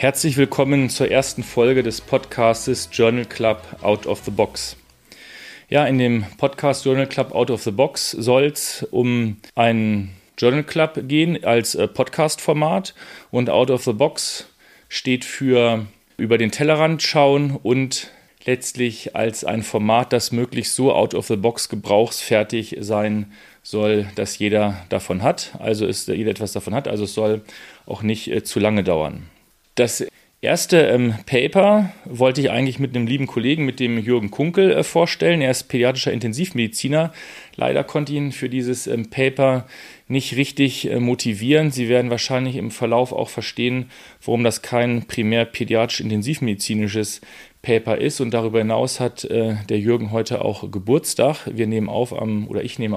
Herzlich willkommen zur ersten Folge des Podcastes Journal Club Out of the Box. Ja, in dem Podcast Journal Club Out of the Box soll es um einen Journal Club gehen als Podcast-Format, und Out of the Box steht für über den Tellerrand schauen und letztlich als ein Format, das möglichst so out of the box gebrauchsfertig sein soll, dass jeder davon hat, also jeder etwas davon hat, also es soll auch nicht zu lange dauern. Das erste Paper wollte ich eigentlich mit einem lieben Kollegen, mit dem Jürgen Kunkel, vorstellen. Er ist pädiatrischer Intensivmediziner. Leider konnte ich ihn für dieses Paper nicht richtig motivieren. Sie werden wahrscheinlich im Verlauf auch verstehen, warum das kein primär pädiatrisch-intensivmedizinisches Paper ist. Und darüber hinaus hat der Jürgen heute auch Geburtstag. Ich nehme auf am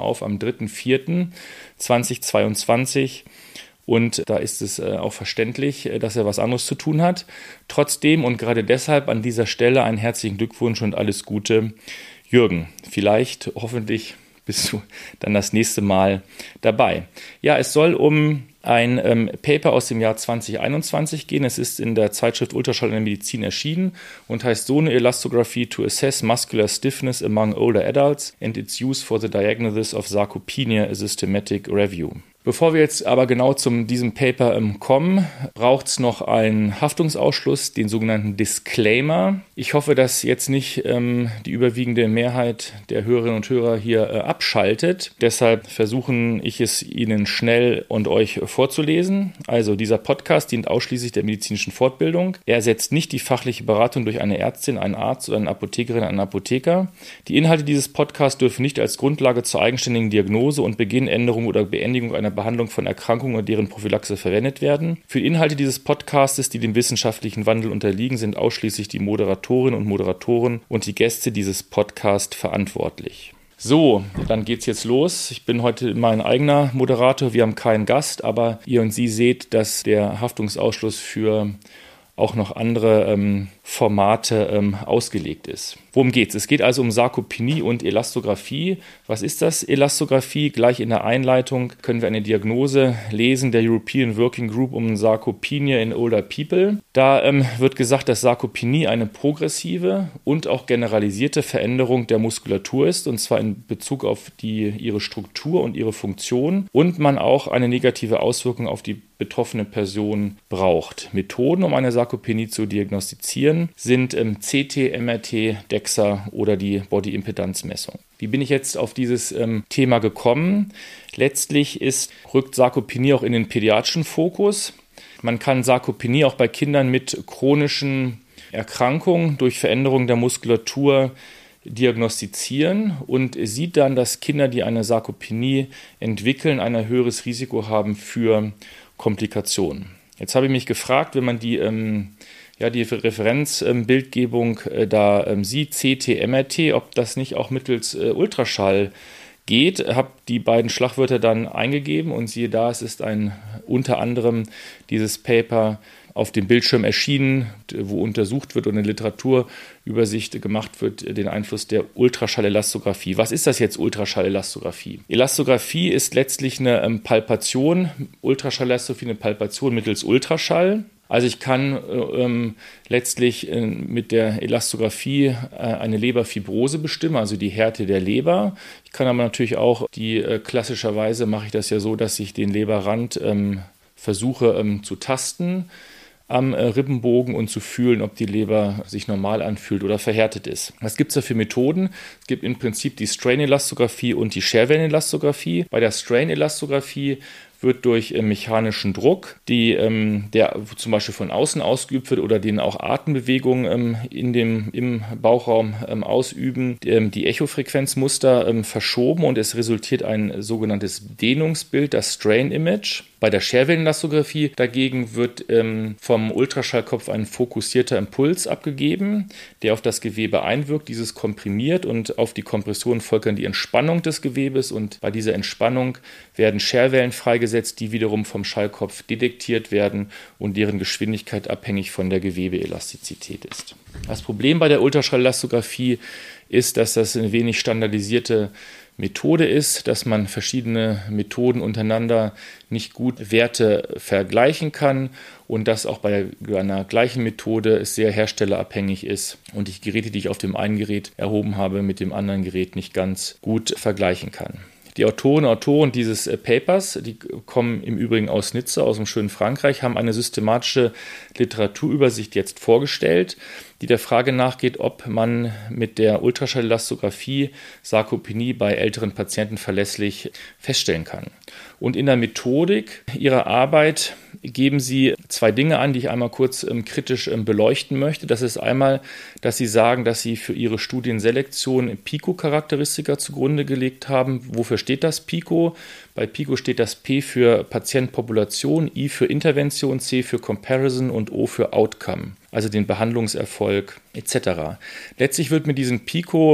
3.4.2022. Und da ist es auch verständlich, dass er was anderes zu tun hat. Trotzdem und gerade deshalb an dieser Stelle einen herzlichen Glückwunsch und alles Gute, Jürgen. Vielleicht, hoffentlich bist du dann das nächste Mal dabei. Ja, es soll um ein Paper aus dem Jahr 2021 gehen. Es ist in der Zeitschrift Ultraschall in der Medizin erschienen und heißt Sono-Elastography to Assess Muscular Stiffness Among Older Adults and its Use for the Diagnosis of Sarcopenia, a Systematic Review. Bevor wir jetzt aber genau zu diesem Paper kommen, braucht es noch einen Haftungsausschluss, den sogenannten Disclaimer. Ich hoffe, dass jetzt nicht die überwiegende Mehrheit der Hörerinnen und Hörer hier abschaltet. Deshalb versuche ich es Ihnen schnell und euch vorzulesen. Also dieser Podcast dient ausschließlich der medizinischen Fortbildung. Er ersetzt nicht die fachliche Beratung durch eine Ärztin, einen Arzt oder eine Apothekerin, einen Apotheker. Die Inhalte dieses Podcasts dürfen nicht als Grundlage zur eigenständigen Diagnose und Beginn, Änderung oder Beendigung einer Behandlung von Erkrankungen und deren Prophylaxe verwendet werden. Für die Inhalte dieses Podcastes, die dem wissenschaftlichen Wandel unterliegen, sind ausschließlich die Moderatorinnen und Moderatoren und die Gäste dieses Podcasts verantwortlich. So, dann geht's jetzt los. Ich bin heute mein eigener Moderator. Wir haben keinen Gast, aber ihr und Sie seht, dass der Haftungsausschluss für auch noch andere Formate ausgelegt ist. Worum geht's? Es geht also um Sarkopenie und Elastographie. Was ist das? Elastographie? Gleich in der Einleitung können wir eine Diagnose lesen der European Working Group um Sarcopenia in Older People. Da wird gesagt, dass Sarkopenie eine progressive und auch generalisierte Veränderung der Muskulatur ist, und zwar in Bezug auf ihre Struktur und ihre Funktion, und man auch eine negative Auswirkung auf die betroffene Person braucht. Methoden, um eine Sarkopenie zu diagnostizieren, sind CT, MRT, DEXA oder die Body-Impedanzmessung. Wie bin ich jetzt auf dieses Thema gekommen? Letztlich rückt Sarkopenie auch in den pädiatrischen Fokus. Man kann Sarkopenie auch bei Kindern mit chronischen Erkrankungen durch Veränderung der Muskulatur diagnostizieren und sieht dann, dass Kinder, die eine Sarkopenie entwickeln, ein höheres Risiko haben für Komplikationen. Jetzt habe ich mich gefragt, wenn man die Referenzbildgebung da sieht, CT, MRT, ob das nicht auch mittels Ultraschall geht. Habe die beiden Schlagwörter dann eingegeben und siehe da, es ist unter anderem dieses Paper auf dem Bildschirm erschienen, wo untersucht wird und eine Literaturübersicht gemacht wird, den Einfluss der Ultraschallelastographie. Was ist das jetzt, Ultraschallelastographie? Elastographie ist letztlich eine Palpation, Ultraschallelastographie eine Palpation mittels Ultraschall. Also ich kann letztlich mit der Elastographie eine Leberfibrose bestimmen, also die Härte der Leber. Ich kann aber natürlich auch klassischerweise mache ich das ja so, dass ich den Leberrand versuche zu tasten am Rippenbogen und zu fühlen, ob die Leber sich normal anfühlt oder verhärtet ist. Was gibt es da für Methoden? Es gibt im Prinzip die Strain-Elastographie und die Scherwellen-Elastographie. Bei der Strain-Elastographie wird durch mechanischen Druck, der zum Beispiel von außen ausgeübt wird oder den auch Atembewegungen im Bauchraum ausüben, die Echofrequenzmuster verschoben und es resultiert ein sogenanntes Dehnungsbild, das Strain Image. Bei der Scherwellenelastographie dagegen wird vom Ultraschallkopf ein fokussierter Impuls abgegeben, der auf das Gewebe einwirkt, dieses komprimiert und auf die Kompression folgt dann die Entspannung des Gewebes und bei dieser Entspannung werden Scherwellen freigesetzt, freigesetzt, die wiederum vom Schallkopf detektiert werden und deren Geschwindigkeit abhängig von der Gewebeelastizität ist. Das Problem bei der Ultraschallelastographie ist, dass das eine wenig standardisierte Methode ist, dass man verschiedene Methoden untereinander nicht gut Werte vergleichen kann und dass auch bei einer gleichen Methode es sehr herstellerabhängig ist und ich Geräte, die ich auf dem einen Gerät erhoben habe, mit dem anderen Gerät nicht ganz gut vergleichen kann. Die Autoren dieses Papers, die kommen im Übrigen aus Nizza, aus dem schönen Frankreich, haben eine systematische Literaturübersicht jetzt vorgestellt, die der Frage nachgeht, ob man mit der Ultraschallelastographie Sarkopenie bei älteren Patienten verlässlich feststellen kann. Und in der Methodik ihrer Arbeit geben sie zwei Dinge an, die ich einmal kurz kritisch beleuchten möchte. Das ist einmal, dass sie sagen, dass sie für ihre Studienselektion PICO-Charakteristika zugrunde gelegt haben. Wofür steht das PICO? Bei PICO steht das P für Patientenpopulation, I für Intervention, C für Comparison und O für Outcome, also den Behandlungserfolg etc. Letztlich wird mit diesen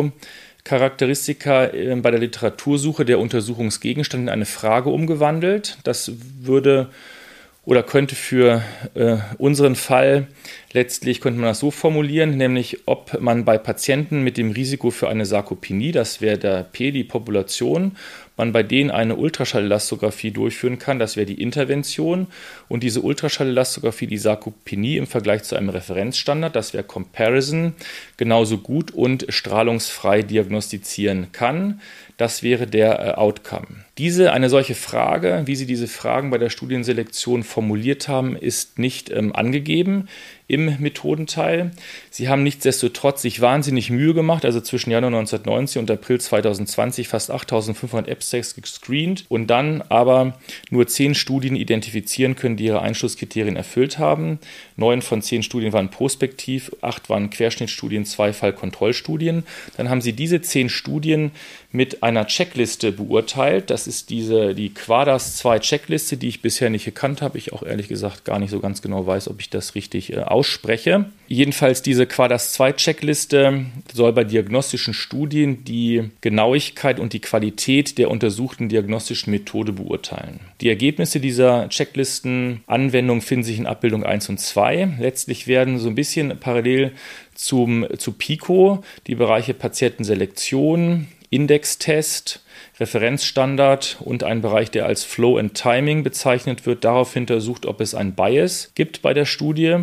PICO-Charakteristika bei der Literatursuche der Untersuchungsgegenstand in eine Frage umgewandelt. Das würde oder könnte für unseren Fall letztlich, könnte man das so formulieren, nämlich ob man bei Patienten mit dem Risiko für eine Sarkopenie, das wäre der P, die Population, man bei denen eine Ultraschallelastographie durchführen kann, das wäre die Intervention und diese Ultraschallelastographie, die Sarkopenie im Vergleich zu einem Referenzstandard, das wäre Comparison, genauso gut und strahlungsfrei diagnostizieren kann. Das wäre der Outcome. Eine solche Frage, wie Sie diese Fragen bei der Studienselektion formuliert haben, ist nicht angegeben im Methodenteil. Sie haben nichtsdestotrotz sich wahnsinnig Mühe gemacht, also zwischen Januar 1990 und April 2020 fast 8.500 Abstracts gescreent und dann aber nur 10 Studien identifizieren können, die ihre Einschlusskriterien erfüllt haben. 9 von 10 Studien waren prospektiv, 8 waren Querschnittstudien, 2 Fallkontrollstudien. Dann haben Sie diese 10 Studien mit einer Checkliste beurteilt. Das ist die QADAS-2-Checkliste, die ich bisher nicht gekannt habe. Ich auch ehrlich gesagt gar nicht so ganz genau weiß, ob ich das richtig ausspreche. Jedenfalls diese QADAS-2-Checkliste soll bei diagnostischen Studien die Genauigkeit und die Qualität der untersuchten diagnostischen Methode beurteilen. Die Ergebnisse dieser Checklistenanwendung finden sich in Abbildung 1 und 2. Letztlich werden so ein bisschen parallel zu PICO die Bereiche Patientenselektion, Indextest, Referenzstandard und ein Bereich, der als Flow and Timing bezeichnet wird, darauf untersucht, ob es ein Bias gibt bei der Studie.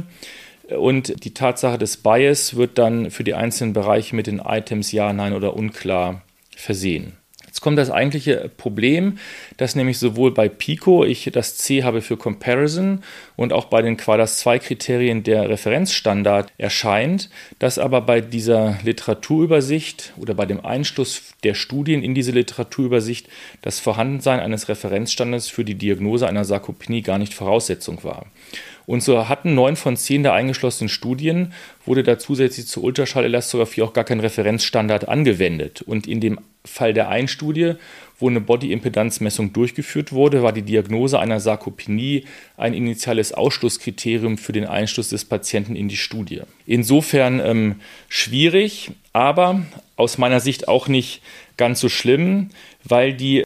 Und die Tatsache des Bias wird dann für die einzelnen Bereiche mit den Items Ja, Nein oder Unklar versehen. Jetzt kommt das eigentliche Problem, dass nämlich sowohl bei PICO ich das C habe für Comparison und auch bei den QADAS-2-Kriterien der Referenzstandard erscheint, dass aber bei dieser Literaturübersicht oder bei dem Einschluss der Studien in diese Literaturübersicht das Vorhandensein eines Referenzstandards für die Diagnose einer Sarkopenie gar nicht Voraussetzung war. Und so hatten 9 von 10 der eingeschlossenen Studien, wurde da zusätzlich zur Ultraschallelastographie auch gar kein Referenzstandard angewendet. Und in dem Fall der einen Studie, wo eine Body-Impedanzmessung durchgeführt wurde, war die Diagnose einer Sarkopenie ein initiales Ausschlusskriterium für den Einschluss des Patienten in die Studie. Insofern schwierig, aber aus meiner Sicht auch nicht ganz so schlimm, weil die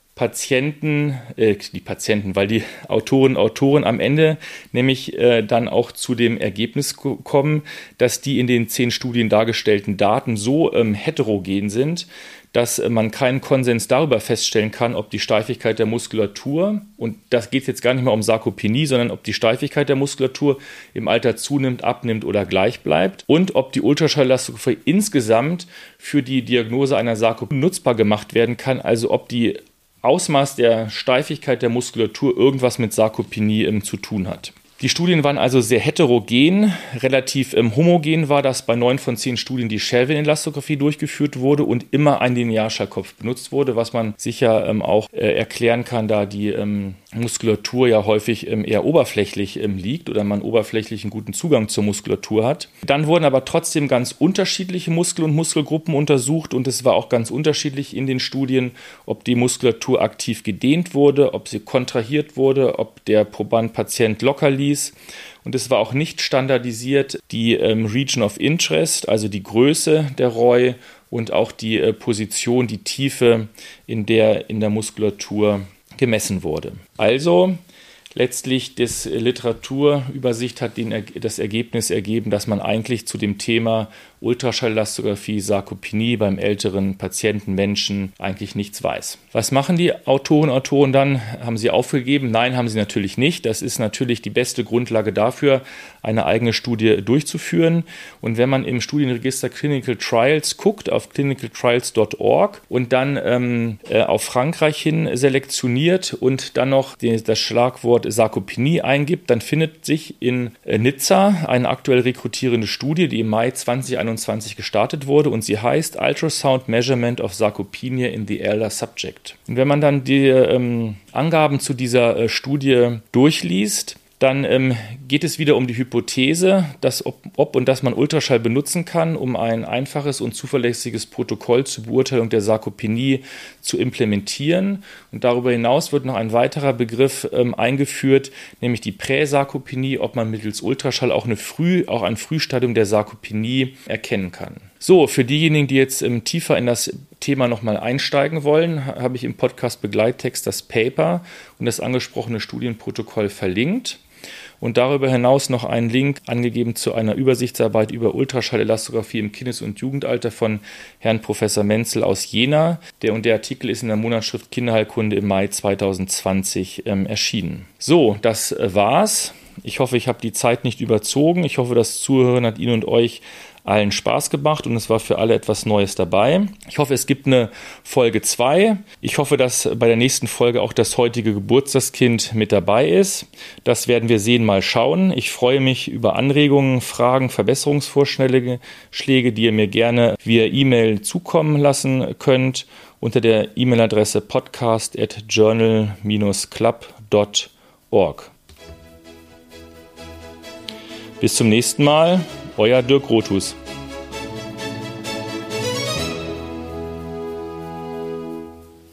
weil die Autorinnen und Autoren am Ende nämlich dann auch zu dem Ergebnis kommen, dass die in den 10 Studien dargestellten Daten so heterogen sind, dass man keinen Konsens darüber feststellen kann, ob die Steifigkeit der Muskulatur, und das geht jetzt gar nicht mehr um Sarkopenie, sondern ob die Steifigkeit der Muskulatur im Alter zunimmt, abnimmt oder gleich bleibt und ob die Ultraschallelastographie insgesamt für die Diagnose einer Sarkopenie nutzbar gemacht werden kann, also ob die Ausmaß der Steifigkeit der Muskulatur irgendwas mit Sarkopenie zu tun hat. Die Studien waren also sehr heterogen, relativ homogen war das bei 9 von 10 Studien, die Schelvin-Elastographie durchgeführt wurde und immer ein Linearschallkopf benutzt wurde, was man sicher auch erklären kann, da die Muskulatur ja häufig eher oberflächlich liegt oder man oberflächlich einen guten Zugang zur Muskulatur hat. Dann wurden aber trotzdem ganz unterschiedliche Muskel- und Muskelgruppen untersucht und es war auch ganz unterschiedlich in den Studien, ob die Muskulatur aktiv gedehnt wurde, ob sie kontrahiert wurde, ob der Patient locker ließ. Und es war auch nicht standardisiert die Region of Interest, also die Größe der ROI und auch die Position, die Tiefe, in der Muskulatur gemessen wurde. Also letztlich die Literaturübersicht hat das Ergebnis ergeben, dass man eigentlich zu dem Thema Ultraschallelastographie, Sarkopenie beim älteren Patienten, Menschen eigentlich nichts weiß. Was machen die Autorinnen und Autoren dann? Haben sie aufgegeben? Nein, haben sie natürlich nicht. Das ist natürlich die beste Grundlage dafür, eine eigene Studie durchzuführen. Und wenn man im Studienregister Clinical Trials guckt, auf clinicaltrials.org und dann auf Frankreich hin selektioniert und dann noch das Schlagwort Sarkopenie eingibt, dann findet sich in Nizza eine aktuell rekrutierende Studie, die im Mai 2021 gestartet wurde, und sie heißt Ultrasound Measurement of Sarcopenia in the Elder Subject. Und wenn man dann die Angaben zu dieser Studie durchliest, dann geht es wieder um die Hypothese, dass ob und dass man Ultraschall benutzen kann, um ein einfaches und zuverlässiges Protokoll zur Beurteilung der Sarkopenie zu implementieren. Und darüber hinaus wird noch ein weiterer Begriff eingeführt, nämlich die Präsarkopenie, ob man mittels Ultraschall auch ein Frühstadium der Sarkopenie erkennen kann. So, für diejenigen, die jetzt tiefer in das Thema nochmal einsteigen wollen, habe ich im Podcast Begleittext das Paper und das angesprochene Studienprotokoll verlinkt. Und darüber hinaus noch einen Link angegeben zu einer Übersichtsarbeit über Ultraschallelastographie im Kindes- und Jugendalter von Herrn Professor Menzel aus Jena. Der Artikel ist in der Monatsschrift Kinderheilkunde im Mai 2020 erschienen. So, das war's. Ich hoffe, ich habe die Zeit nicht überzogen. Ich hoffe, das Zuhören hat Ihnen und euch allen Spaß gemacht und es war für alle etwas Neues dabei. Ich hoffe, es gibt eine Folge 2. Ich hoffe, dass bei der nächsten Folge auch das heutige Geburtstagskind mit dabei ist. Das werden wir sehen, mal schauen. Ich freue mich über Anregungen, Fragen, Verbesserungsvorschläge, die ihr mir gerne via E-Mail zukommen lassen könnt unter der E-Mail-Adresse podcast@journal-club.org. Bis zum nächsten Mal, euer Dirk Rothus.